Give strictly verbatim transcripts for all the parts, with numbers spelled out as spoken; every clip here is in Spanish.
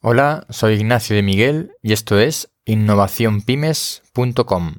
Hola, soy Ignacio de Miguel y esto es innovación pymes punto com.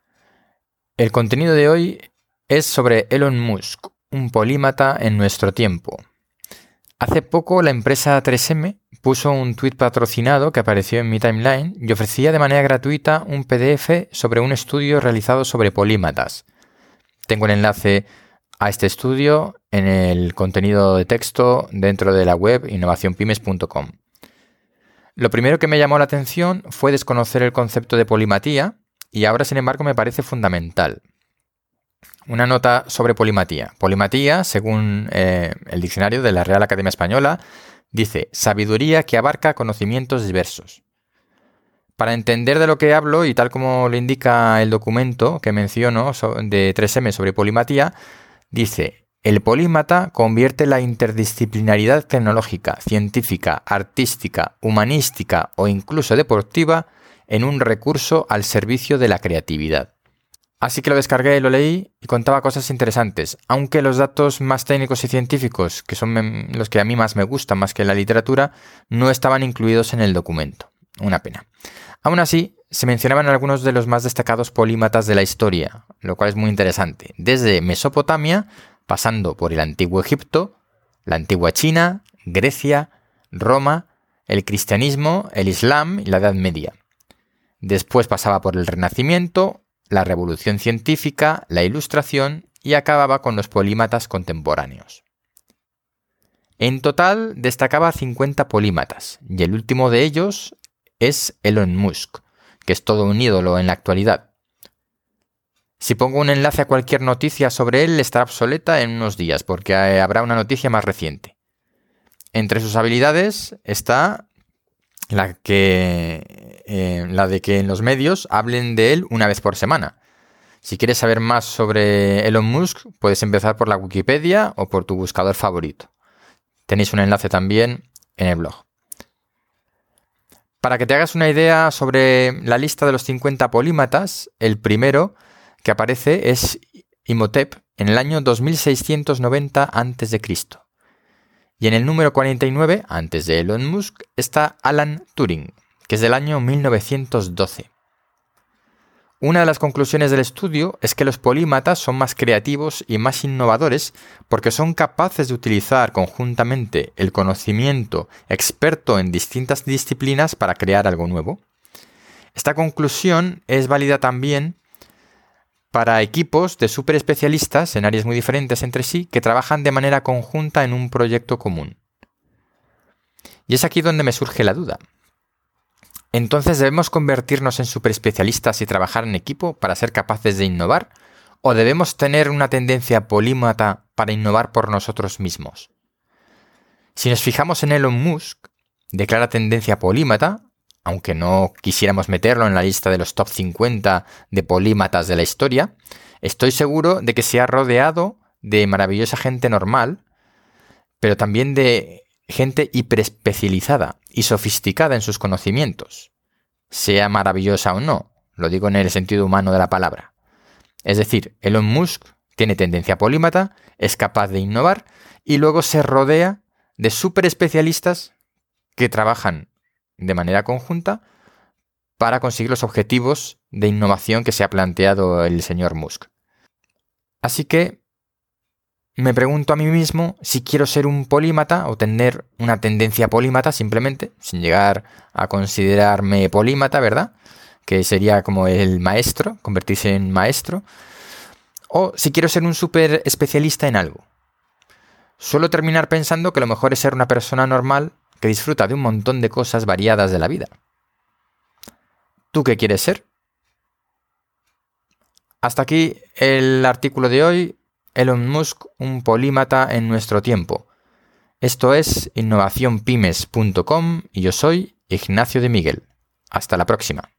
El contenido de hoy es sobre Elon Musk, un polímata en nuestro tiempo. Hace poco la empresa tres eme puso un tuit patrocinado que apareció en mi timeline y ofrecía de manera gratuita un P D F sobre un estudio realizado sobre polímatas. Tengo el enlace a este estudio en el contenido de texto dentro de la web innovación pymes punto com. Lo primero que me llamó la atención fue desconocer el concepto de polimatía y ahora, sin embargo, me parece fundamental. Una nota sobre polimatía. Polimatía, según eh, el diccionario de la Real Academia Española, dice sabiduría que abarca conocimientos diversos. Para entender de lo que hablo y tal como lo indica el documento que menciono de tres eme sobre polimatía, dice: el polímata convierte la interdisciplinaridad tecnológica, científica, artística, humanística o incluso deportiva en un recurso al servicio de la creatividad. Así que lo descargué y lo leí y contaba cosas interesantes, aunque los datos más técnicos y científicos, que son los que a mí más me gustan más que la literatura, no estaban incluidos en el documento. Una pena. Aún así, se mencionaban algunos de los más destacados polímatas de la historia, lo cual es muy interesante. Desde Mesopotamia, pasando por el Antiguo Egipto, la Antigua China, Grecia, Roma, el cristianismo, el Islam y la Edad Media. Después pasaba por el Renacimiento, la Revolución Científica, la Ilustración y acababa con los polímatas contemporáneos. En total destacaba cincuenta polímatas y el último de ellos es Elon Musk, que es todo un ídolo en la actualidad. Si pongo un enlace a cualquier noticia sobre él, estará obsoleta en unos días, porque habrá una noticia más reciente. Entre sus habilidades está la, que, eh, la de que en los medios hablen de él una vez por semana. Si quieres saber más sobre Elon Musk, puedes empezar por la Wikipedia o por tu buscador favorito. Tenéis un enlace también en el blog. Para que te hagas una idea sobre la lista de los cincuenta polímatas, el primero que aparece es Imhotep en el año dos mil seiscientos noventa antes de Cristo. Y en el número cuarenta y nueve, antes de Elon Musk, está Alan Turing, que es del año mil novecientos doce. Una de las conclusiones del estudio es que los polímatas son más creativos y más innovadores porque son capaces de utilizar conjuntamente el conocimiento experto en distintas disciplinas para crear algo nuevo. Esta conclusión es válida también para equipos de superespecialistas en áreas muy diferentes entre sí que trabajan de manera conjunta en un proyecto común. Y es aquí donde me surge la duda. Entonces, ¿debemos convertirnos en superespecialistas y trabajar en equipo para ser capaces de innovar? ¿O debemos tener una tendencia polímata para innovar por nosotros mismos? Si nos fijamos en Elon Musk, declara tendencia polímata, aunque no quisiéramos meterlo en la lista de los top cincuenta de polímatas de la historia, estoy seguro de que se ha rodeado de maravillosa gente normal, pero también de gente hiperespecializada y sofisticada en sus conocimientos, sea maravillosa o no, lo digo en el sentido humano de la palabra. Es decir, Elon Musk tiene tendencia polímata, es capaz de innovar y luego se rodea de superespecialistas que trabajan de manera conjunta para conseguir los objetivos de innovación que se ha planteado el señor Musk. Así que me pregunto a mí mismo si quiero ser un polímata o tener una tendencia polímata simplemente, sin llegar a considerarme polímata, ¿verdad? Que sería como el maestro, convertirse en maestro. O si quiero ser un súper especialista en algo. Suelo terminar pensando que lo mejor es ser una persona normal que disfruta de un montón de cosas variadas de la vida. ¿Tú qué quieres ser? Hasta aquí el artículo de hoy. Elon Musk, un polímata en nuestro tiempo. Esto es innovación pymes punto com y yo soy Ignacio de Miguel. Hasta la próxima.